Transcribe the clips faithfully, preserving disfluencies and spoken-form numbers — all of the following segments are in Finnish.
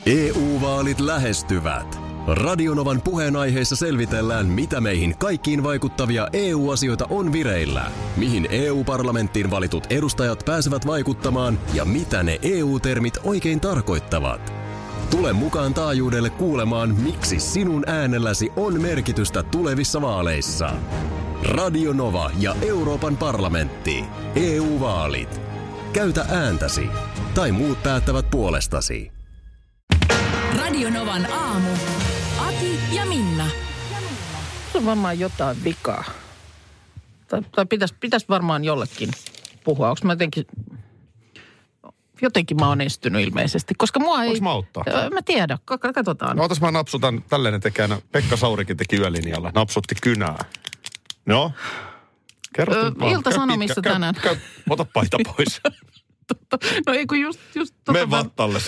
E U-vaalit lähestyvät. Radionovan puheenaiheessa selvitellään, mitä meihin kaikkiin vaikuttavia E U-asioita on vireillä, mihin E U-parlamenttiin valitut edustajat pääsevät vaikuttamaan ja mitä ne E U-termit oikein tarkoittavat. Tule mukaan taajuudelle kuulemaan, miksi sinun äänelläsi on merkitystä tulevissa vaaleissa. Radio Nova ja Euroopan parlamentti. E U-vaalit. Käytä ääntäsi. Tai muut päättävät puolestasi. Radio Novan aamu. Ati ja Minna. Se on varmaan jotain vikaa. Tai, tai pitäisi pitäis varmaan jollekin puhua. Onko mä jotenkin... Jotenkin mä oon estynyt ilmeisesti, koska mua ei... Voinko mä auttaa? Mä tiedän, katsotaan. No otas mä napsutan, tällainen tekijänä. Pekka Saurikin teki yölinjalla, napsutti kynää. No, kerro Öö, nyt vaan. Ilta-Sanomissa käy, tänään. Käy, käy, ota paita pois. No ei kun just... just Mene vattalle.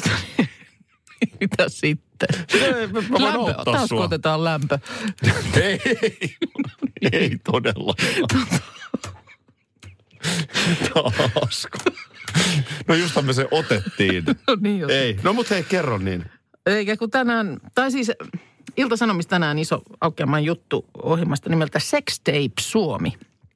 Mitä sitten? Ei, mä voin lämpö, auttaa taas sua. otetaan lämpö. Ei, ei, ei todella. Taasko? No justhan me se otettiin. No niin, Ei, no mut hei, kerro niin. Eikä kun tänään, tai siis Ilta-Sanomissa tänään iso aukeaman juttu ohjelmasta nimeltä Sex Tape Suomi.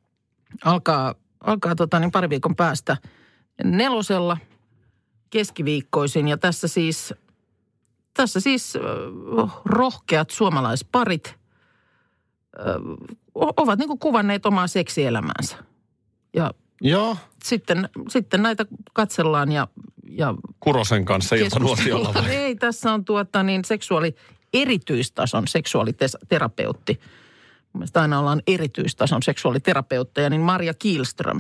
Alkaa, alkaa tota niin pari viikon päästä nelosella keskiviikkoisin ja tässä siis, tässä siis äh, rohkeat suomalaisparit äh, ovat niin kuin kuvanneet omaa seksielämäänsä. Ja Joo. sitten, sitten näitä katsellaan ja, ja Kurosen kanssa iltanuotiolla keskustellaan. vai? Ei, tässä on tuota niin seksuaali, erityistason seksuaaliterapeutti. Mielestäni aina ollaan erityistason seksuaaliterapeutteja, niin Marja Kihlström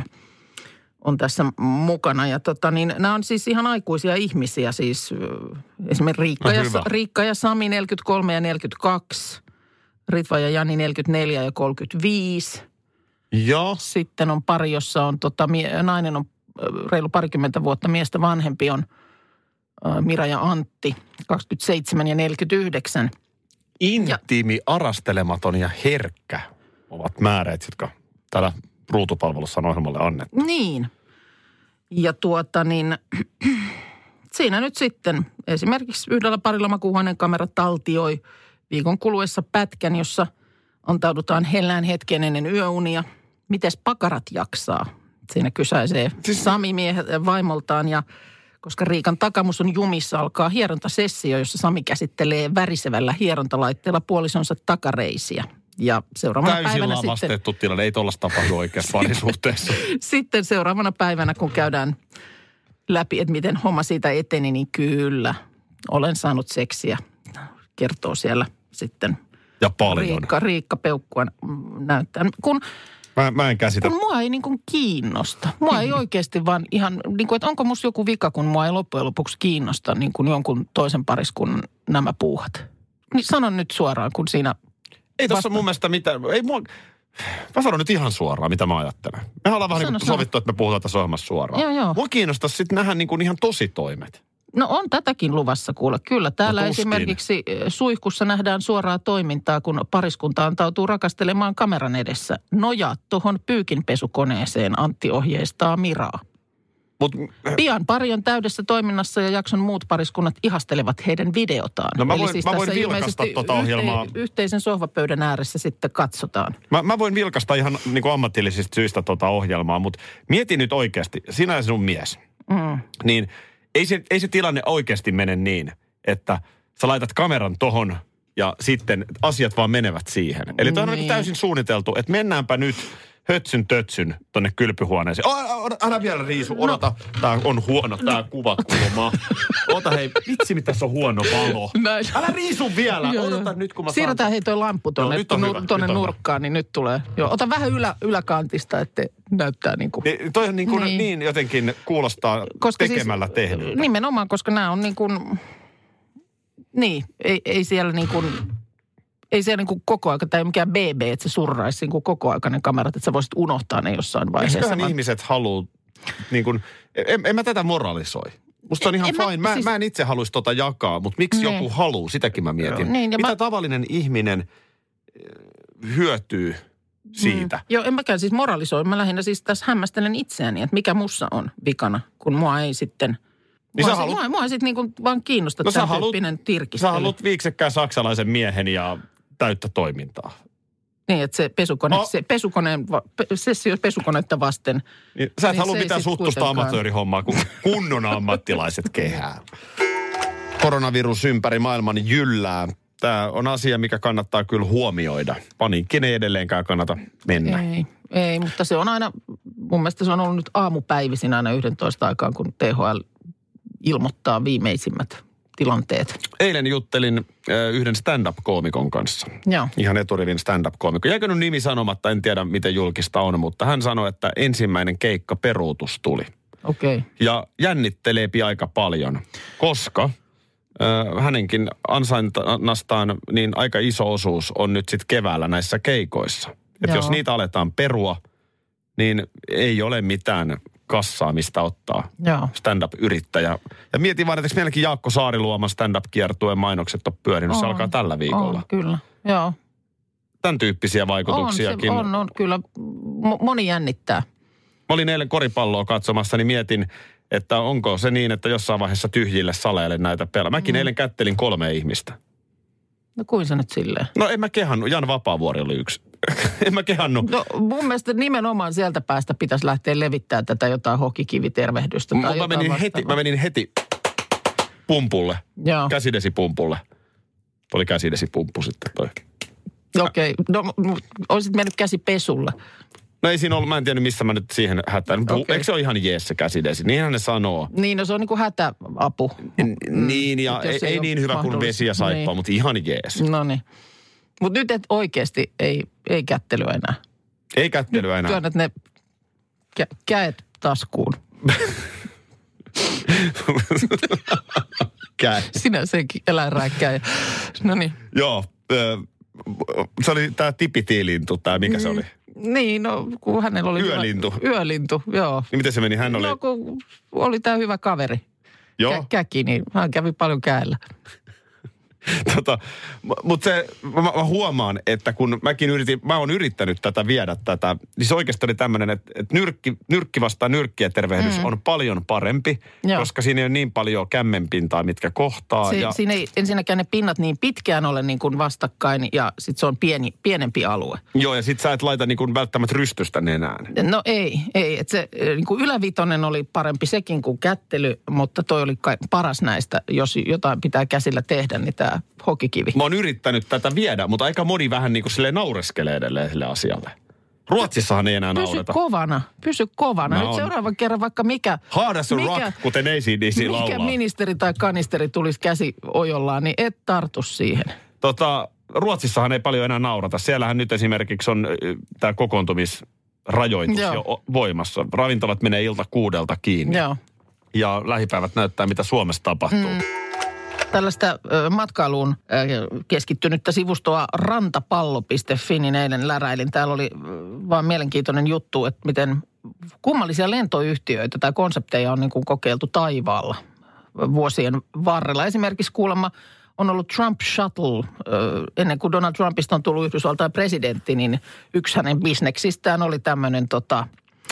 on tässä mukana. Ja tota niin, nämä on siis ihan aikuisia ihmisiä, siis esimerkiksi Riikka, No, ja, hyvä. Riikka ja Sami neljäkymmentäkolme ja neljäkymmentäkaksi, Ritva ja Jani neljäkymmentäneljä ja kolmekymmentäviisi. Joo. Sitten on pari, jossa on tota, mie- nainen on ö, reilu parikymmentä vuotta miestä vanhempi on ö, Mira ja Antti, kaksikymmentäseitsemän ja neljäkymmentäyhdeksän. Intiimi, arastelematon ja herkkä ovat määreet, jotka täällä ruutupalvelussa on ohjelmalle annettu. Niin. Ja tuota niin, siinä nyt sitten esimerkiksi yhdellä parilla makuuhuoneen kamera taltioi viikon kuluessa pätkän, jossa antaudutaan hellään hetken ennen yöunia. Mites pakarat jaksaa? Siinä kysäisee Siis- Sami miehet vaimoltaan ja koska Riikan takamus on jumissa, alkaa hierontasessio, jossa Sami käsittelee värisevällä hierontalaitteella puolisonsa takareisiä. Ja seuraavana Täysin päivänä sitten, lavastettu tilanne. Ei tuollaista tapahdu oikeassa parisuhteessa. sitten seuraavana päivänä, kun käydään läpi, että miten homma siitä eteni, niin kyllä, olen saanut seksiä, kertoo siellä sitten Ja paljon. Riikka, Riikka Peukkua näyttää. Kun, Mä, mä en käsitä. kun mua ei niin kuin kiinnosta. Mua ei oikeasti vaan ihan, niin kuin, että onko musta joku vika, kun mua ei loppujen lopuksi kiinnosta niin kuin jonkun toisen pariskunnan nämä puuhat. Niin sanon nyt suoraan, kun siinä... Ei tuossa vasta- mun mielestä mitään. Ei mua... Mä sanon nyt ihan suoraan, mitä mä ajattelen. Me ollaan vähän Sano, niin kuin sano. sovittu, että me puhutaan tässä ohjelmassa suoraan. Joo, joo. Mua kiinnostaisi sitten nähdä niin kuin ihan tositoimet. No on tätäkin luvassa kuule. Kyllä täällä No tuskin. esimerkiksi eh, Suihkussa nähdään suoraa toimintaa, kun pariskunta antautuu rakastelemaan kameran edessä. Nojaa tuohon pyykinpesukoneeseen, Antti ohjeistaa Miraa. Mut, Pian pari on täydessä toiminnassa ja jakson muut pariskunnat ihastelevat heidän videotaan. No mä Eli voin- siis mä voin tässä vilkasta ilmeisesti tota ohjelmaa. yhteisen sohvapöydän ääressä sitten katsotaan. mä, mä voin vilkasta ihan niin kuin ammatillisista syistä tota ohjelmaa, mutta mieti nyt oikeasti, sinä ja sinun mies. Mm. Niin ei se, ei se tilanne oikeasti mene niin, että sä laitat kameran tohon ja sitten asiat vaan menevät siihen. Eli toi on Niin. niin täysin suunniteltu, että mennäänpä nyt hötsyn tötsyn tonne kylpyhuoneeseen. Oh, oh, älä vielä riisu, odota. No. Tää on huono, tää kuvakulma. Ota hei, vitsi mitä tässä on huono valo. Näin. Älä riisu vielä, Joo, odota joo. nyt kun mä Siirretään hei toi lamppu tuonne, Joo, nyt on hyvä, tuonne nyt on nurkkaan, niin nyt tulee. Joo, ota vähän ylä, yläkantista, että näyttää niin kuin... Niin, toi on niin, kuin Niin. niin. niin jotenkin kuulostaa Koska tekemällä siis, tehdyltä. Nimenomaan, koska nämä on niin kuin, niin, ei, ei siellä niin kuin, ei siellä niin kuin koko aika, tai ei mikään B B, että se surraisi niin kuin kokoaikainen kamerat, että sä voisit unohtaa ne jossain vaiheessa. Miksiköhän vaan- ihmiset haluaa, niin kuin, en, en mä tätä moralisoi. Musta on ihan En mä- fine. Mä, siis- mä en itse haluaisi tota jakaa, mutta miksi Niin. joku haluaa, sitäkin mä mietin. Niin, ja Mitä mä- tavallinen ihminen eh, hyötyy siitä? Mm. Joo, en mäkään siis moralisoi. Mä lähinnä siis tässä hämmästelen itseäni, että mikä mussa on vikana, kun mua ei sitten Niin mua, haluat... mua, mua sitten niinku vaan kiinnostaa no tämän haluat, tyyppinen tirkistely. Sä haluat viiksekkään saksalaisen miehen ja täyttä toimintaa. Niin, että se pesukone, oh. se pesukoneen, sessio pesukonetta vasten. Niin, sä et niin halua mitään suttusta amatöörihommaa, kun kunnon ammattilaiset kehää. Koronavirus ympäri maailman jyllää. Tämä on asia, mikä kannattaa kyllä huomioida. Paniikkiin ei edelleenkään kannata mennä. Ei, ei, mutta se on aina, mun mielestä se on ollut nyt aamupäivisin aina yhdentoista aikaan, kun T H L ilmoittaa viimeisimmät tilanteet. Eilen juttelin äh, yhden stand-up-koomikon kanssa. Joo. Ihan eturivin stand-up-koomikko. Jäikö nyt nimi sanomatta, en tiedä miten julkista on, mutta hän sanoi, että ensimmäinen keikka peruutus tuli. Okei. Okay. Ja jännitteleepi aika paljon, koska äh, hänenkin ansainnastaan niin aika iso osuus on nyt sitten keväällä näissä keikoissa. Että jos niitä aletaan perua, niin ei ole mitään kassaa, mistä ottaa Joo. stand-up-yrittäjä. Ja mietin vaan, että meilläkin Jaakko Saariluoman stand-up-kiertueen mainokset on pyörinyt. On, se alkaa tällä viikolla. On, kyllä. Joo. Tämän tyyppisiä vaikutuksiakin. On, se, on, on kyllä. M- moni jännittää. Mä olin eilen koripalloa katsomassa, niin mietin, että onko se niin, että jossain vaiheessa tyhjille saleille näitä pelaa. Mäkin mm. eilen kättelin kolme ihmistä. No kuin sä nyt silleen? No en mä kehannut. Jan Vapaavuori oli yksi. En mä kehannut. No mun mielestä nimenomaan sieltä päästä pitäisi lähteä levittämään tätä jotain hokikivitervehdystä. Tai mä, jotain menin heti, mä menin heti pumpulle. Joo. Käsidesipumpulle. Oli käsidesipumppu sitten toi. Okei. Okay. No olisit mennyt käsipesulle. No ei siinä ollut, mä en tiedä missä mä nyt siihen hätään. Okay. Eikö se ole ihan jees se käsidesi? Niinhän ne sanoo. Niin, no se on niin kuin hätäapu. N- niin, ja ei, ei niin hyvä kuin vesi ja saippaa, niin. Mutta ihan jees. No niin. Mutta nyt et oikeasti ei, ei kättelyä enää. Ei kättelyä enää. Työnnät ne kä- käet taskuun. Käy. Sinä senkin eläinrääkkäjä. No niin. Joo. Se oli tämä tipitiilintu, tai mikä se oli? Niin, no kun hänellä oli... Yölintu. Hyvä, yölintu, joo. Niin miten se meni? Hän oli... No kun oli tämä hyvä kaveri. Joo. Kä- käki, niin hän kävi paljon käellä. Tota, mutta se, mä, mä huomaan, että kun mäkin yritin, mä oon yrittänyt tätä viedä tätä, niin se oikeasti oli tämmöinen, että, että nyrkki, nyrkki vastaan nyrkkiä tervehdys mm. on paljon parempi, Joo. koska siinä ei ole niin paljon kämmenpintaa, mitkä kohtaa. Si, ja... Siinä ei ensinnäkään ne pinnat niin pitkään ole niin kuin vastakkain ja sitten se on pieni, pienempi alue. Joo, ja sit sä et laita niin kuin välttämättä rystystä nenään. No ei, ei. Että se niin kuin ylävitonen oli parempi sekin kuin kättely, mutta toi oli paras näistä, jos jotain pitää käsillä tehdä, niin tämä hokikivi. Mä oon yrittänyt tätä viedä, mutta aika moni vähän niin kuin silleen naureskelee edelleen sille asialle. Ruotsissahan ei enää pysy naureta. Pysy kovana, pysy kovana. Mä Nyt on. seuraavan kerran vaikka mikä... Hard as a mikä, rock, kuten A C D C laulaa. Mikä ministeri tai kanisteri tulisi käsi ojollaan, niin et tartu siihen. Tota, Ruotsissahan ei paljon enää naurata. Siellähän nyt esimerkiksi on tämä kokoontumisrajoitus Joo. jo voimassa. Ravintolat menee ilta kuudelta kiinni. Joo. Ja lähipäivät näyttää, mitä Suomessa tapahtuu. Mm. Tällaista ö, matkailuun ö, keskittynyttä sivustoa rantapallo piste fi, niin eilen läräilin. Täällä oli ö, vaan mielenkiintoinen juttu, että miten kummallisia lentoyhtiöitä tai konsepteja on niin kuin kokeiltu taivaalla vuosien varrella. Esimerkiksi kuulemma on ollut Trump Shuttle. Ö, ennen kuin Donald Trumpista on tullut Yhdysvaltain presidentti, niin yksi hänen bisneksistään oli tämmöinen tota...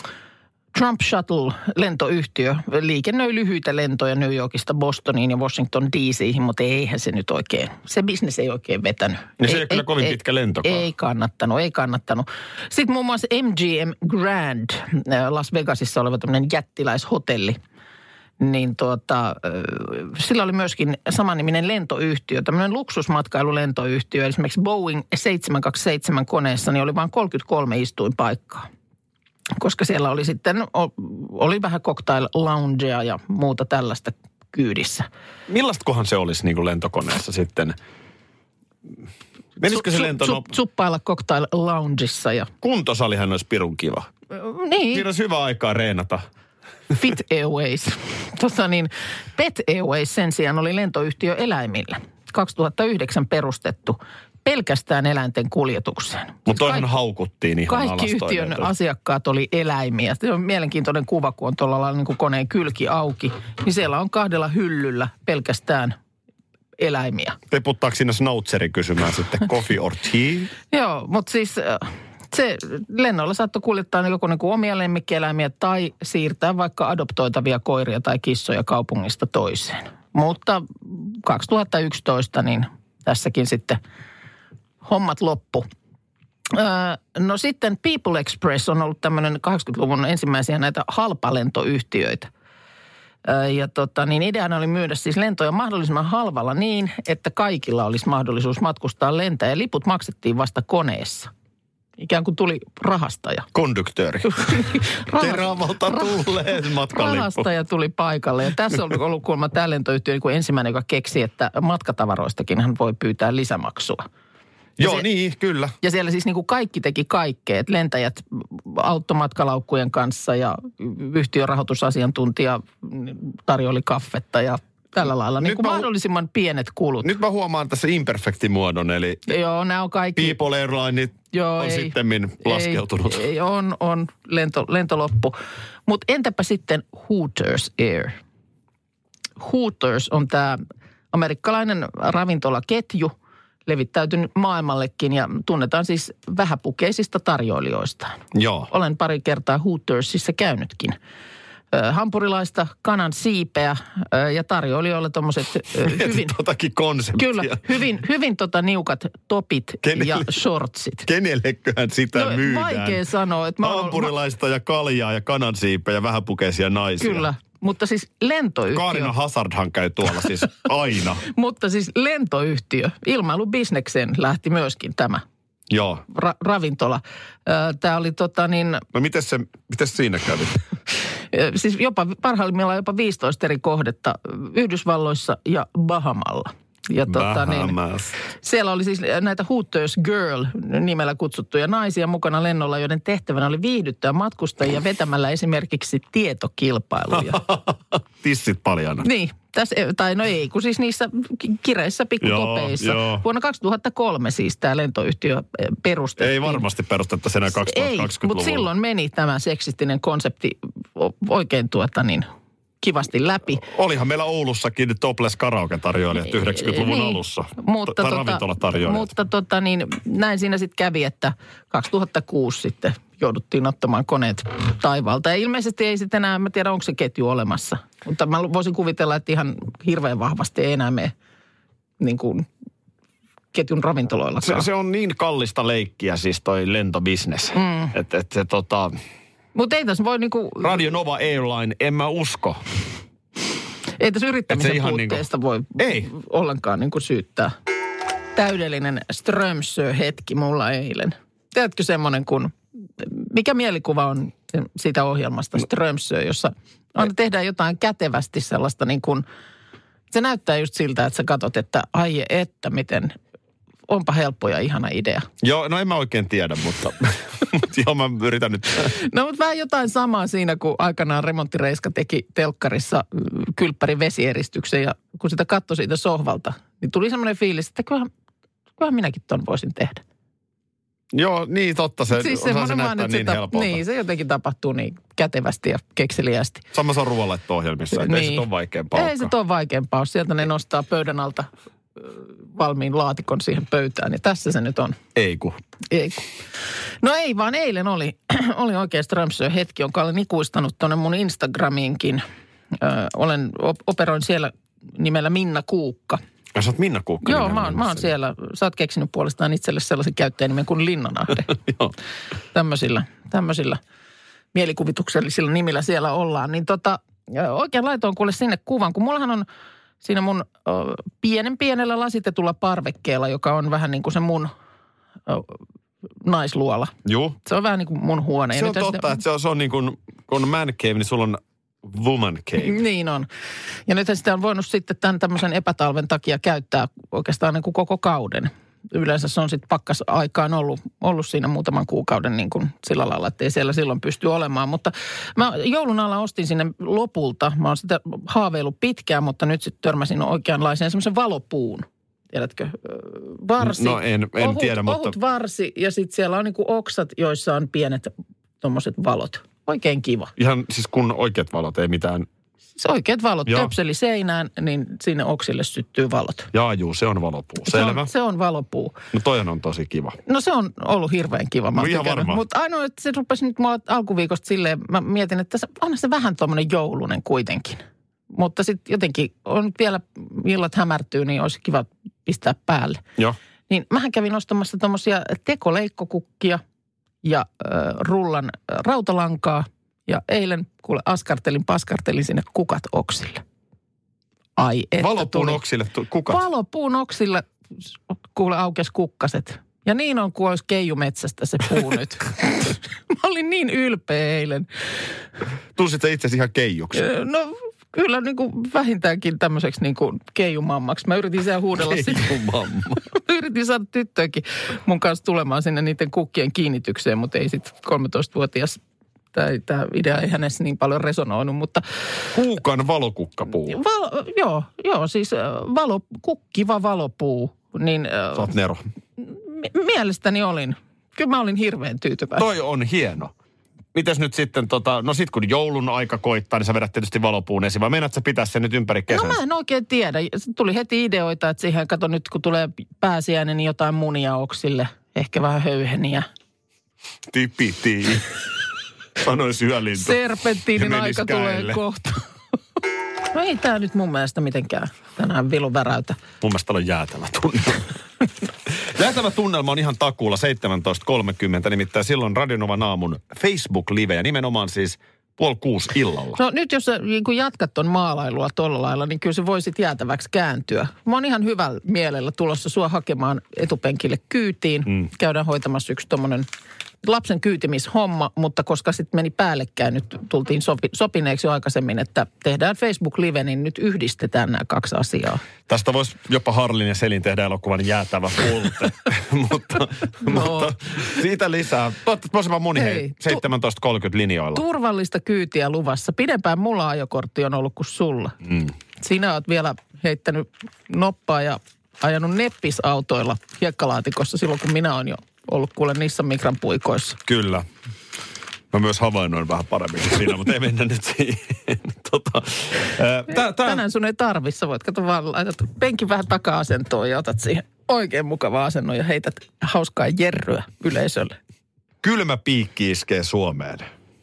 Trump Shuttle-lentoyhtiö liikennöi lyhyitä lentoja New Yorkista Bostoniin ja Washington D C:hin, mutta eihän se nyt oikein, se bisnes ei oikein vetänyt. Ja se ei, ei ole kyllä kovin ei, pitkä lentokaan. Ei kannattanut, ei kannattanut. Sitten muun muassa M G M Grand, Las Vegasissa oleva tämmöinen jättiläishotelli, niin tuota, sillä oli myöskin samanniminen lentoyhtiö, tämmöinen luksusmatkailulentoyhtiö. Esimerkiksi Boeing seitsemän kaksikymmentäseitsemän koneessa niin oli vain kolmekymmentäkolme istuinpaikkaa. Koska siellä oli sitten, oli vähän cocktail loungea ja muuta tällaista kyydissä. Millaistakohan se olisi niin kuin lentokoneessa sitten? Menisikö se lento... Su, su, suppailla cocktail loungeissa ja... Kuntosalihan olisi pirun kiva. Niin. Siinä olisi hyvä aikaa reenata. Fit Airways. Tuossa niin, Pet Airways sen sijaan oli lentoyhtiö eläimille. kaksituhattayhdeksän perustettu. Pelkästään eläinten kuljetukseen. Mutta toihan Kaik- haukuttiin ihan alas. Kaikki yhtiön toinen. asiakkaat oli eläimiä. Se on mielenkiintoinen kuva, kun on tuolla lailla niin kuin koneen kylki auki. Niin siellä on kahdella hyllyllä pelkästään eläimiä. Teputtaako sinne snoutseri kysymään sitten coffee or tea? Joo, mutta siis se lennoilla saattoi kuljettaa joko niin kuin omia lemmikkieläimiä tai siirtää vaikka adoptoitavia koiria tai kissoja kaupungista toiseen. Mutta kaksituhattayksitoista niin tässäkin sitten hommat loppu. Öö, no sitten People Express on ollut tämmöinen kahdeksankymmentäluvun ensimmäisiä näitä halpalentoyhtiöitä. Öö, ja tota, niin ideana oli myydä siis lentoja mahdollisimman halvalla niin, että kaikilla olisi mahdollisuus matkustaa lentää. Ja liput maksettiin vasta koneessa. Ikään kuin tuli rahastaja. Konduktööri. Rahas, Teravalta tulee matkalippu. Rahastaja tuli paikalle. Ja tässä on ollut kuulemma tämä lentoyhtiö niin kuin ensimmäinen, joka keksi, että matkatavaroistakin hän voi pyytää lisämaksua. Ja Joo, se, niin, kyllä. Ja siellä siis niin kuin kaikki teki kaikkea, että lentäjät automatkalaukkujen kanssa ja yhtiörahoitusasiantuntija tarjoili kaffetta ja tällä lailla. Niin kuin mahdollisimman pienet kulut. Nyt mä huomaan tässä imperfektimuodon, eli Joo, nämä on kaikki. People Airline Joo, on ei, sittemmin laskeutunut. Ei, ei, on, on lento, lentoloppu. Mutta entäpä sitten Hooters Air? Hooters on tämä amerikkalainen ravintolaketju, levittäytynyt maailmallekin ja tunnetaan siis vähäpukeisista tarjoilijoistaan. Joo. Olen pari kertaa Hootersissa käynytkin. Hampurilaista, kanan siipeä ja tarjoilijoille tommoset hyvin... Totakin konseptia. Kyllä, hyvin, hyvin tota niukat topit Kenelle, ja shortsit. Kenelleköhän sitä no, myydään? Vaikea sanoa. Että Hampurilaista ja kaljaa ja kanansiipeä ja vähäpukeisia naisia. Kyllä, mutta siis lentoyhtiö... Kaarina Hazardhan käy tuolla siis aina. Mutta siis lentoyhtiö, ilmailubisnekseen lähti myöskin tämä. Joo. Ra- ravintola. Tämä oli tota niin... No miten se, miten siinä kävi? Siis jopa parhaimmillaan jopa viisitoista eri kohdetta Yhdysvalloissa ja Bahamalla. Ja tota niin, siellä oli siis näitä Hooters Girl nimellä kutsuttuja naisia mukana lennolla, joiden tehtävänä oli viihdyttää matkustajia vetämällä esimerkiksi tietokilpailuja. Tissit paljana. Niin, tässä, tai no ei, kun siis niissä kireissä pikkukopeissa. Joo, joo. Vuonna kaksituhattakolme siis tämä lentoyhtiö perustettiin. Ei varmasti perustettaisi enää kaksituhattakaksikymmentäluvulla. Ei, mutta silloin meni tämä seksistinen konsepti oikein tuota niin... kivasti läpi. Olihan meillä Oulussakin topless karaoke-tarjoilijat yhdeksänkymmentäluvun niin, alussa. Mutta, tai tota, ravintolatarjoilijat. Mutta tota, niin, näin siinä sitten kävi, että kaksituhattakuusi sitten jouduttiin ottamaan koneet taivaalta. Ja ilmeisesti ei sitten enää, mä tiedän onko se ketju olemassa. Mutta mä voisin kuvitella, että ihan hirveän vahvasti ei enää mene niin kuin ketjun ravintoloillakaan. Se, se on niin kallista leikkiä siis toi lentobisnes. Mm. Että et se tota... Mutta ei tässä voi niinku... Radio Nova Airline, en mä usko. Ei tässä yrittämisen puutteesta niinku... voi ei. ollenkaan niinku syyttää. Täydellinen Strömsö-hetki mulla eilen. Tiedätkö semmoinen kun... Mikä mielikuva on siitä ohjelmasta Strömsö, jossa aina tehdään jotain kätevästi sellaista niin kuin... Se näyttää just siltä, että sä katot, että ai että miten... Onpa helppo ja ihana idea. Joo, no en mä oikein tiedä, mutta joo, mä yritän nyt. No, mutta vähän jotain samaa siinä, kun aikanaan Remonttireiska teki telkkarissa kylppärin vesieristyksen ja kun sitä katsoi siitä sohvalta, niin tuli semmoinen fiilis, että kyllähän, kyllähän minäkin ton voisin tehdä. Joo, niin totta. Se, siis se näyttää niin sitä, helpolta. Niin, se jotenkin tapahtuu niin kätevästi ja kekseliästi. Sama se on ruoanlaitto-ohjelmissa, että niin. Ei se ole vaikeampaa. Ei se ole vaikeampaa. Sieltä ne nostaa pöydän alta valmiin laatikon siihen pöytään. Ja tässä se nyt on. Ei ku. Ei ku. No ei vaan eilen oli, oli oikein Strömsö-hetki, jonka olen ikuistanut tuonne mun Instagramiinkin. Ö, olen, operoin siellä nimellä Minna Kuukka. Ja sä oot Minna Kuukka. Joo, mä oon, mä oon siellä. Sä oot keksinyt puolestaan itselle sellaisen käyttäjänimen kuin Linnanahde. Joo. Tämmöisillä, tämmöisillä mielikuvituksellisilla nimillä siellä ollaan. Niin tota, oikein laitoin kuule sinne kuvan, kun mullahan on siinä mun ö, pienen pienellä lasitetulla parvekkeella, joka on vähän niin kuin se mun ö, naisluola. Joo. Se on vähän niin kuin mun huone. Se ja on totta, sitä... että se on, se on niin kuin, kun on man cave, niin sulla on woman cave. Niin on. Ja nyt sitä on voinut sitten tämän tämmöisen epätalven takia käyttää oikeastaan niin kuin koko kauden. Yleensä se on sitten pakkasaikaan ollut, ollut siinä muutaman kuukauden niin kuin sillä lailla, että ei siellä silloin pysty olemaan. Mutta mä joulun alla ostin sinne lopulta. Mä oon sitä haaveillut pitkään, mutta nyt sitten törmäsin oikeanlaiseen semmoisen valopuun. Tiedätkö? Varsi. No en, en ohut, tiedä, mutta... Ohut varsi ja sitten siellä on niin kuin oksat, joissa on pienet tommoset valot. Oikein kiva. Ihan siis kun oikeat valot, ei mitään... Siis oikeat valot. Joo. Töpseli seinään, niin sinne oksille syttyy valot. Jaa, juu, se on valopuu. Se Selvä. on, se on valopuu. No toihan on tosi kiva. No se on ollut hirveän kiva. No ihan varmaan. Mutta ainoa, että se rupesi nyt mulla alkuviikosta silleen, mä mietin, että se, onhan se vähän tommonen joulunen kuitenkin. Mutta sitten jotenkin on vielä illat hämärtyy, niin olisi kiva pistää päälle. Joo. Niin mähän kävin ostamassa tommosia tekoleikkokukkia ja äh, rullan äh, rautalankaa. Ja eilen, kuule, askartelin, paskartelin sinne kukat oksille. Ai että Valopuun tuli. oksille tu- kukat. Valopuun oksille, kuule, aukesi kukkaset. Ja niin on, kuin olisi keijumetsästä se puu nyt. Mä olin niin ylpeä eilen. Tunsit sä itse ihan keijuksi? No kyllä niin kuin vähintäänkin tämmöiseksi niin kuin keijumammaksi. Mä yritin siellä huudella sitä. Keijumamma. Yritin saada tyttöäkin mun kanssa tulemaan sinne niiden kukkien kiinnitykseen, mutta ei sitten kolmetoistavuotias. Tämä idea ei hänessä niin paljon resonoinut, mutta... Kuukan valokukkapuu. Val, joo, joo, siis valo, kukkiva valopuu. Niin, Sä oot Nero. m- mielestäni olin. Kyllä mä olin hirveän tyytyväinen. Toi on hieno. Mites nyt sitten, tota, no sit kun joulun aika koittaa, niin sä vedät tietysti valopuun esiin. Vai meinaat sä pitää sen nyt ympäri kesän? No mä en oikein tiedä. Tuli heti ideoita, että siihen, kato nyt kun tulee pääsiäinen, niin jotain munia oksille. Ehkä vähän höyheniä. Tipitii. Sanoi syölintu. Serpenttiinin Ja aika menis tulee käelle. kohta. No ei tää nyt mun mielestä mitenkään tänään vilun väräytä. Mun mielestä täällä on jäätävä tunnelma. Jäätävä tunnelma on ihan takuulla seitsemäntoista kolmekymmentä, nimittäin silloin Radionovan aamun Facebook-live ja nimenomaan siis puoli kuusi illalla. No nyt jos sä niin kun jatkat ton maalailua tolla lailla, niin kyllä se voisit jäätäväksi kääntyä. Mä oon ihan hyvällä mielellä tulossa sua hakemaan etupenkille kyytiin. Mm. Käydään hoitamassa yksi tommonen lapsen kyytimishomma, mutta koska sitten meni päällekkäin, nyt tultiin sopi, sopineeksi jo aikaisemmin, että tehdään Facebook-live, niin nyt yhdistetään nämä kaksi asiaa. Tästä voisi jopa Harlin ja Selin tehdä elokuvan jäätävä pulte, mutta, No. mutta siitä lisää. Toivottavasti vaan moni hei, Hei, tu- seitsemäntoista kolmekymmentä linjoilla. Turvallista kyytiä luvassa. Pidempään mulla ajokortti on ollut kuin sulla. Mm. Sinä oot vielä heittänyt noppaa ja ajanut neppisautoilla hiekkalaatikossa silloin, kun minä oon jo ollut kuule Nissan Micran puikoissa. Kyllä. Mä myös havainnoin vähän paremmin kuin siinä, mutta ei mennä nyt siihen. tota, ää, tää, tää, Tänään sun ei tarvi. Sä voit kato vaan laitat penkin vähän taka-asentoon ja otat siihen oikein mukava asennon ja heität hauskaa jerryä yleisölle. Kylmä piikki iskee Suomeen.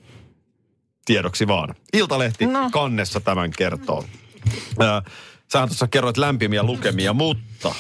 Tiedoksi vaan. Iltalehti No. kannessa tämän kertoo. Ää, sähän tuossa kerroit lämpimiä lukemia, mutta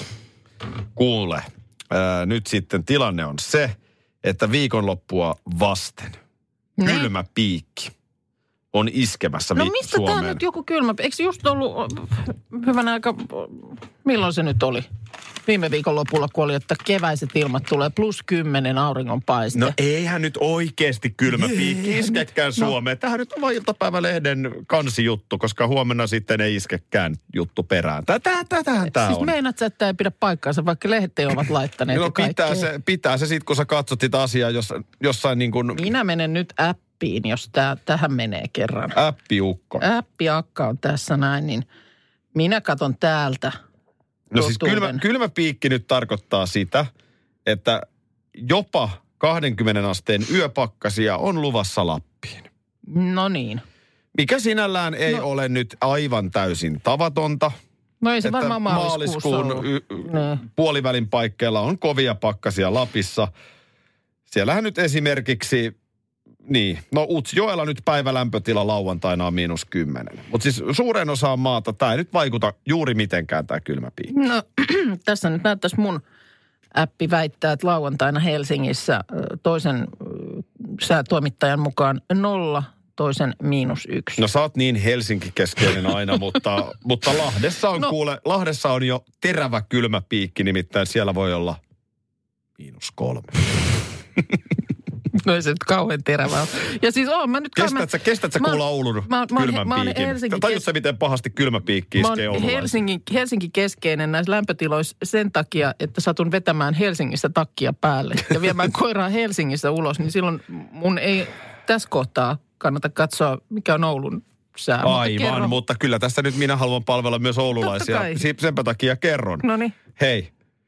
kuule, ää, nyt sitten tilanne on se, että viikonloppua vasten Niin. kylmä piikki on iskemässä No vi- mistä Suomeen. tää nyt joku kylmä? Eikö just ollut hyvän aika, milloin se nyt oli? Viime viikon lopulla, kun oli, että keväiset ilmat tulee plus kymmenen auringonpaiste. No eihän nyt oikeasti kylmä piikki iskekään Suomeen. Tämähän nyt on vain iltapäivälehden kansijuttu, koska huomenna sitten ei iskekään juttu perään. Tätä, tätähän tämä siis on. meinaat sä, että tämä ei pidä paikkaansa, vaikka lehdet ovat laittaneet No ja kaikkea. pitää se, pitää se sitten, kun sä katsot sitä asiaa jos, jossain niin kuin Minä menen nyt appiin, jos tää, tähän menee kerran. appiukko. Appiakka on tässä näin, niin minä katon täältä. No siis totuuden. kylmä, kylmä piikki nyt tarkoittaa sitä, että jopa kaksikymmentä asteen yöpakkasia on luvassa Lappiin. No niin. Mikä sinällään ei No. ole nyt aivan täysin tavatonta. No ei se Että varmaan maaliskuussa maaliskuun ollut. y- y- Niin. puolivälin paikkeilla on kovia pakkasia Lapissa. Siellähän nyt esimerkiksi, niin, no Utsjoella nyt päivälämpötila lauantaina on miinus kymmenen. Mutta siis suuren osaan maata tämä ei nyt vaikuta juuri mitenkään tämä kylmä piikki. No tässä nyt näyttäisi mun appi väittää, että lauantaina Helsingissä ö, toisen ö, säätoimittajan mukaan nolla, toisen miinus yksi. No sä oot niin Helsinki-keskeinen aina, mutta, mutta Lahdessa on No. kuule, Lahdessa on jo terävä kylmä piikki, nimittäin siellä voi olla miinus kolme. No ei se nyt kauhean terävä ole. Ja siis oon mä nyt... Kestät sä, kestät sä mä- kuulla Oulun mä- mä oon- kylmän mä oon piikin? Helsingin Tajut kes- sä, miten pahasti kylmä piikki Mä iskee oon oululaisiin? Helsingin, Helsingin keskeinen näissä lämpötiloissa sen takia, että satun vetämään Helsingissä takkia päälle ja viemään koiraa Helsingissä ulos, niin silloin mun ei tässä kohtaa kannata katsoa, mikä on Oulun sää. Mutta Aivan, kerro. mutta kyllä tässä nyt minä haluan palvella myös oululaisia. Totta kai. Si- Senpä takia kerron. Noniin. Hei,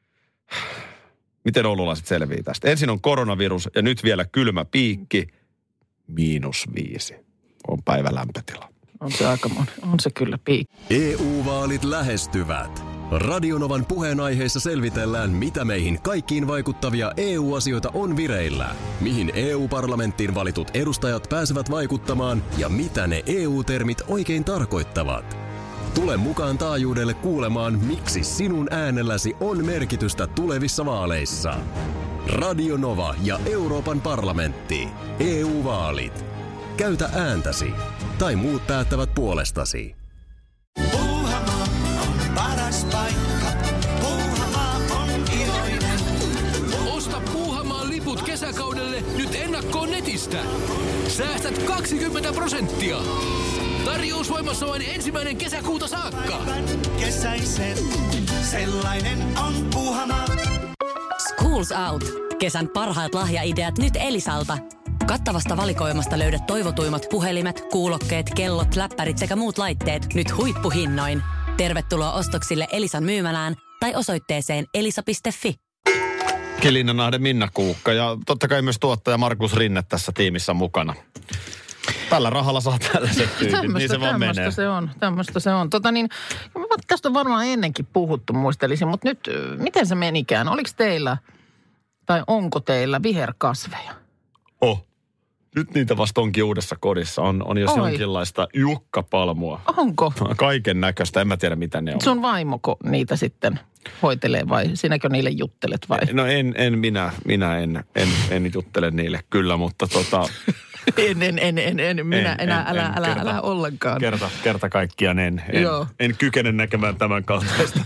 miten oululaiset selviää tästä? Ensin on koronavirus ja nyt vielä kylmä piikki. Miinus viisi on päivälämpötila. On se aika moni. On se kyllä piikki. E U-vaalit lähestyvät. Radionovan puheenaiheessa selvitellään, mitä meihin kaikkiin vaikuttavia E U-asioita on vireillä, mihin E U-parlamenttiin valitut edustajat pääsevät vaikuttamaan ja mitä ne E U-termit oikein tarkoittavat. Tule mukaan taajuudelle kuulemaan, miksi sinun äänelläsi on merkitystä tulevissa vaaleissa. Radio Nova ja Euroopan parlamentti. E U-vaalit. Käytä ääntäsi. Tai muut päättävät puolestasi. Puuhamaa on paras paikka. Puuhamaa on iloinen. Osta Puuhamaan liput kesäkaudelle nyt ennakkoon netistä. Säästät kaksikymmentä prosenttia. Tarjous voimassa vain ensimmäinen kesäkuuta saakka. Kesäisen, sellainen on Puuhamaa. Schools Out. Kesän parhaat lahjaideat nyt Elisalta. Kattavasta valikoimasta löydät toivotuimmat puhelimet, kuulokkeet, kellot, läppärit sekä muut laitteet nyt huippuhinnoin. Tervetuloa ostoksille Elisan myymälään tai osoitteeseen elisa piste fi. Linnanahden Minna Kuukka ja totta kai myös tuottaja Markus Rinne tässä tiimissä mukana. Tällä rahalla saa tällaiset tyypit, niin se vaan menee. se on, tämmöistä se on. Tota niin, tästä on varmaan ennenkin puhuttu, muistelisin, mutta nyt miten se menikään? Oliko teillä tai onko teillä viherkasveja? Oh. Nyt niitä vasta onkin uudessa kodissa. On, on jos Oi. jonkinlaista jukkapalmua. Onko? Kaiken näköistä. En mä tiedä, mitä ne on. Sun vaimoko niitä sitten hoitelee vai sinäkö niille juttelet vai? No en, en minä. Minä en, en, en juttele niille kyllä, mutta tota... en, en, en, en, en. Minä en, enää, en, älä, en, älä, kerta, älä ollenkaan. Kerta, kerta kaikkiaan en. En, Joo. en kykene näkemään tämän kaltaista.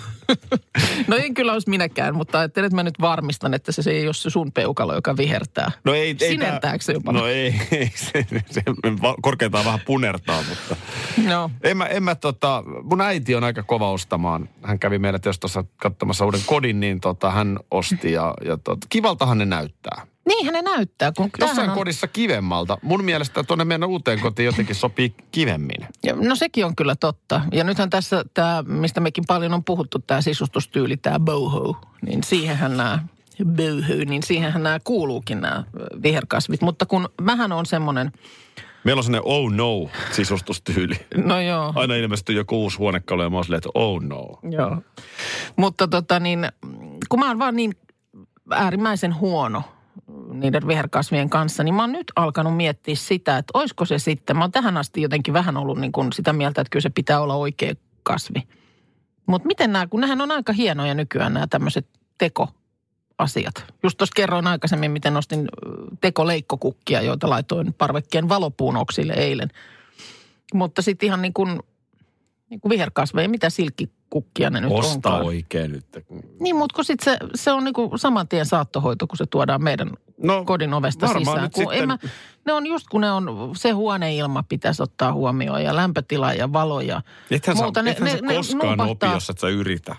No en kyllä olisi minäkään, mutta ajattelin, että mä nyt varmistan, että se, se ei ole se sun peukalo, joka vihertää. No ei, ei Sinentääkö se jopa? No ei, ei se, se korkeintaan vähän punertaa, mutta... No. En mä, en mä tota, mun äiti on aika kova ostamaan. Hän kävi meillä tietysti tuossa katsomassa uuden kodin, niin tota, hän osti ja, ja tota, kivaltahan ne näyttää. Niinhän ne näyttää. Kun Jossain on... kodissa kivemmalta. Mun mielestä tuonne meidän uuteen kotiin jotenkin sopii kivemmin. Ja, no sekin on kyllä totta. Ja nythän tässä tämä, mistä mekin paljon on puhuttu, tämä sisustustyyli, tämä boho, niin siihenhän nämä, boho, niin siihenhän nämä kuuluukin nämä viherkasvit. Mutta kun mähän on semmoinen... Meillä on sellainen oh no -sisustustyyli. No joo. Aina ilmestyy joku uusi huonekalu ja mä oon silleen, että oh no. Joo. Mutta tota niin, kun mä oon vaan niin äärimmäisen huono niiden viherkasvien kanssa, niin mä oon nyt alkanut miettiä sitä, että olisiko se sitten, mä oon tähän asti jotenkin vähän ollut niin kuin sitä mieltä, että kyllä se pitää olla oikea kasvi. Mutta miten nämä, kun nämähän on aika hienoja nykyään nämä tämmöiset tekoasiat. Just tuossa kerroin aikaisemmin, miten nostin tekoleikkokukkia, joita laitoin parvekkeen valopuun oksille eilen. Mutta sitten ihan niin kuin, niin kuin viherkasveja, mitä silkkikukkia ne nyt Osta onkaan. oikein nyt. Niin, mutta kun sitten se, se on niin kuin saman tien saattohoito, kun se tuodaan meidän No, kodin ovesta sisään. nyt Kun sitten... mä, ne on just kun ne on, se huoneilma pitäisi ottaa huomioon ja lämpötila ja valo ja Ethän muuta. sä, Ne, ethän ne, sä ne koskaan nuupahtaa, opi, jos et sä yritä.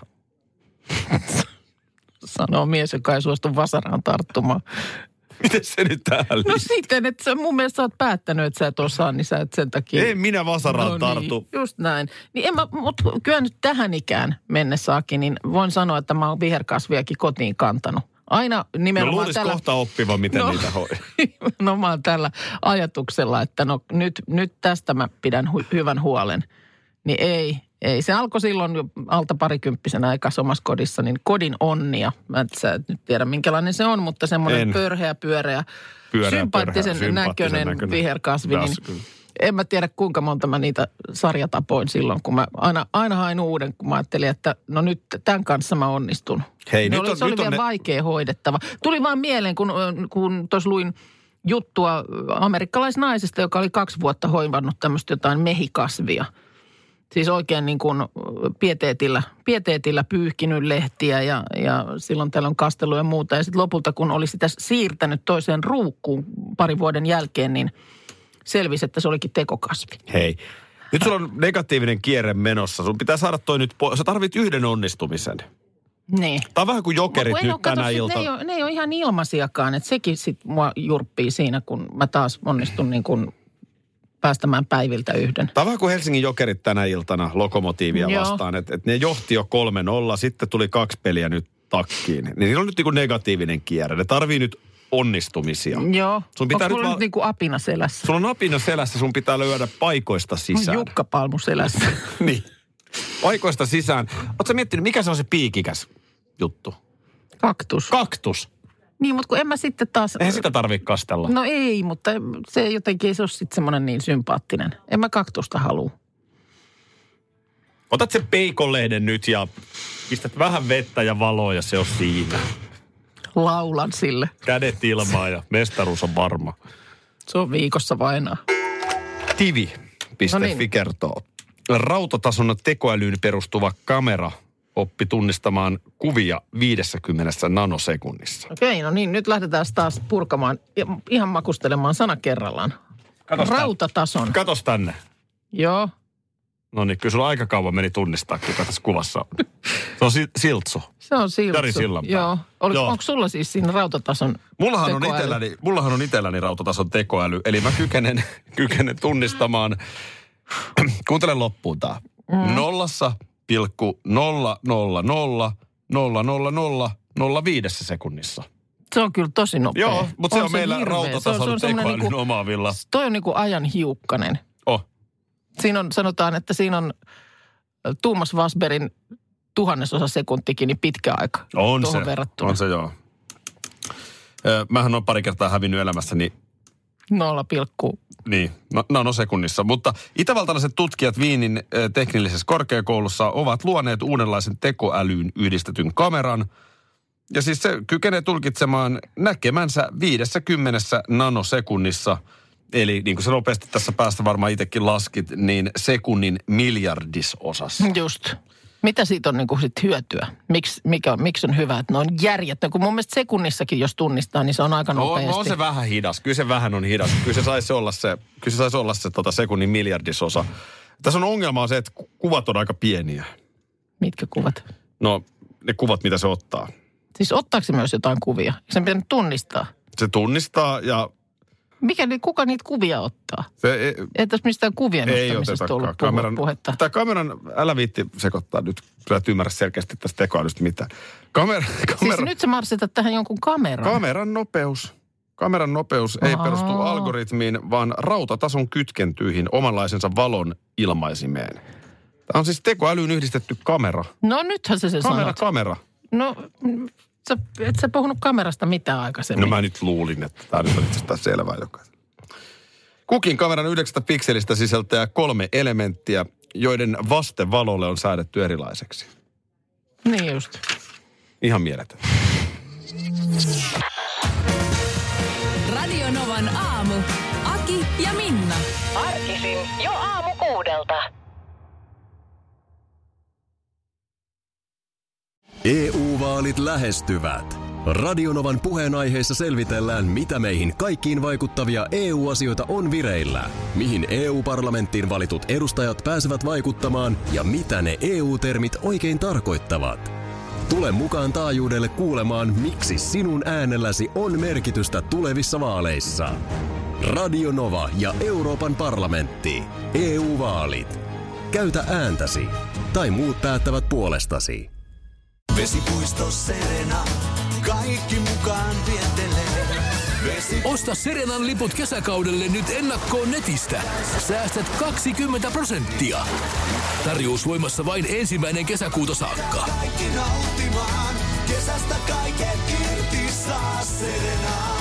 sanoo mies, joka ei suostu vasaraan tarttumaan. Miten se nyt täällä? No siten, että sä, mun mielestä sä oot päättänyt, että sä et osaa, niin sä et sen takia... Ei minä vasaraan no tartu. Niin, just näin. Niin en mä, mutta kyllä nyt tähän ikään mennessaakin, niin voin sanoa, että mä oon viherkasviakin kotiin kantanut. Aina nimenomaan No luulisi tällä... kohta oppiva, miten no, niitä hoi. No mä oon tällä ajatuksella, että no nyt, nyt tästä mä pidän hu- hyvän huolen. Niin ei, ei. Se alkoi silloin jo alta parikymppisenä aikaa omassa kodissa, niin kodin onnia. Mä et sä et nyt tiedä minkälainen se on, mutta semmoinen En. pörheä, pyöreä, Pyöreä, sympaattisen pörheä, näköinen, sympaattisen viherkasvi. Niin Kyllä. en mä tiedä kuinka monta mä niitä sarjatapoin silloin, kun mä aina, aina hain uuden, kun mä ajattelin, että no nyt tämän kanssa mä onnistun. Hei, ne nyt oli, on- se oli nyt on vielä ne- vaikea hoidettava. Tuli vaan mieleen, kun, kun tuossa luin juttua amerikkalaisnaisesta, joka oli kaksi vuotta hoivannut tämmöistä jotain mehikasvia. Siis oikein niin kuin pieteetillä, pieteetillä pyyhkinyt lehtiä ja, ja silloin täällä on kastellut ja muuta. Ja sitten lopulta, kun oli sitä siirtänyt toiseen ruukkuun parin vuoden jälkeen, niin selvisi, että se olikin tekokasvi. Hei. Nyt sulla on negatiivinen kierre menossa. Sun pitää saada toi nyt pois. Sä tarvit yhden onnistumisen. Niin. Tää on vähän kuin jokerit Mut kun en nyt oo, kato, tänä sit ilta. Ne ei, ole, ne ei ole ihan ilmaisiakaan, että sekin sitten mua jurppii siinä, kun mä taas onnistun niin kuin päästämään päiviltä yhden. Tämä on vähän kuin Helsingin jokerit tänä iltana Lokomotiivia Joo. vastaan. Että et ne johti jo kolme nolla, sitten tuli kaksi peliä nyt takkiin. Niin niillä on nyt niin kuin negatiivinen kierre. Ne tarvii nyt onnistumisia. Joo. Sun pitää Onko nyt mulla vaan- nyt niinku apina selässä? Sulla on apina selässä, sun pitää löydä paikoista sisään. Jukka Palmu selässä. Niin. Paikoista sisään. Ootko sä miettinyt, mikä se on se piikikäs juttu? Kaktus. Kaktus. Niin, mutta kun en mä sitten taas... Eihän sitä tarvitse kastella. No ei, mutta se jotenkin ei se ole sitten semmoinen niin sympaattinen. En mä kaktusta halua. Otat sen peikonlehden nyt ja pistät vähän vettä ja valoa ja se on siinä. Laulan sille. Kädet ilmaa ja mestaruus on varma. Se on viikossa vainaa. Tivi piste fi No niin. kertoo. Rautatason tekoälyyn perustuva kamera oppi tunnistamaan kuvia viidessäkymmenessä nanosekunnissa. Okei, no niin, nyt lähdetään taas purkamaan ja ihan makustelemaan sana kerrallaan. Katos tän- Rautatason. Katos tänne. Joo. No niin, kyllä sulla aika kauan meni tunnistaa, kuka tässä kuvassa on. Se on si- Siltsu. Se on Siltsu. Jari Sillanpää. Joo. Oliko, Joo. Onko sulla siis siinä rautatason Mullahan on, tekoäly? itselläni, mullahan on itselläni rautatason tekoäly, eli mä kykenen, kykenen tunnistamaan, kuuntele loppuun tää, mm. nollassa pilkku nolla nolla nolla nolla nolla nolla nolla viidessä sekunnissa. Se on kyllä tosi nopea. Joo, mutta se on se meillä hirveä. rautatason Se on- se on semmoinen tekoälyn niinku- omaavilla. Toi on niinku ajan hiukkanen. Oh. Siinä on, sanotaan, että siinä on Tuomas Wasbergin tuhannesosa sekuntikin niin pitkä aika On tuohon se, verrattuna. on se joo. Ö, Mähän on pari kertaa hävinnyt elämässäni Nolla pilkku. niin, no, nanosekunnissa. Mutta itävaltalaiset tutkijat Wienin ö, teknillisessä korkeakoulussa ovat luoneet uudenlaisen tekoälyyn yhdistetyn kameran. Ja siis se kykenee tulkitsemaan näkemänsä viidessäkymmenessä nanosekunnissa. Eli niin kuin se nopeasti tässä päästä varmaan itsekin laskit, niin sekunnin miljardisosassa. Just. Mitä siitä on niinku sit hyötyä? Miks, mikä on, miksi on hyvä, että ne on järjettömän? Kun mun mielestä sekunnissakin, jos tunnistaa, niin se on aika No, nopeasti. on se vähän hidas. Kyllä se vähän on hidas. Kyllä se saisi olla se, kyllä se, saisi olla se tota sekunnin miljardisosa. Tässä on ongelma on se, että ku- kuvat on aika pieniä. Mitkä kuvat? No, ne kuvat, mitä se ottaa. Siis ottaako se myös jotain kuvia? Eikö sen pitänyt tunnistaa? Se tunnistaa ja Mikä, kuka niitä kuvia ottaa? se ei, Ei tässä mistään kuvien ei ottamisesta otetakaan. ollut kameran, Kameran, puhetta. tämä kameran, älä viitti sekoittaa nyt. Sä et ymmärrä selkeästi tästä tekoälystä mitään. Kamera, Siis kamera, nyt sä marssitat tähän jonkun kameran. kameran nopeus. Kameran nopeus ei Aa. perustu algoritmiin, vaan rautatason kytkentyihin omanlaisensa valon ilmaisimeen. Tämä on siis tekoälyyn yhdistetty kamera. No nythän sä sen Kamera, sanot. kamera. No, mm, sä, et sä puhunut kamerasta mitään aikaisemmin. No mä nyt luulin, että tämä nyt on itsestään selvää jokaiselle. Kukin kameran yhdeksästä pikselistä sisältää kolme elementtiä, joiden vaste valolle on säädetty erilaiseksi. Niin just. Ihan mieletön. Radio Novan aamu. Aki ja Minna. Arkisin jo aamu kuudelta. E U-vaalit lähestyvät. Radionovan puheenaiheessa selvitellään, mitä meihin kaikkiin vaikuttavia E U-asioita on vireillä, mihin E U-parlamenttiin valitut edustajat pääsevät vaikuttamaan ja mitä ne E U-termit oikein tarkoittavat. Tule mukaan taajuudelle kuulemaan, miksi sinun äänelläsi on merkitystä tulevissa vaaleissa. Radio Nova ja Euroopan parlamentti. E U-vaalit. Käytä ääntäsi. Tai muut päättävät puolestasi. Vesipuisto Serena, kaikki mukaan vientelee. Vesi... Osta Serenan liput kesäkaudelle nyt ennakkoon netistä. Säästät kaksikymmentä prosenttia. Tarjous voimassa vain ensimmäinen kesäkuuta saakka. Kaikki nauttimaan, kesästä kaiken irti saa Serena.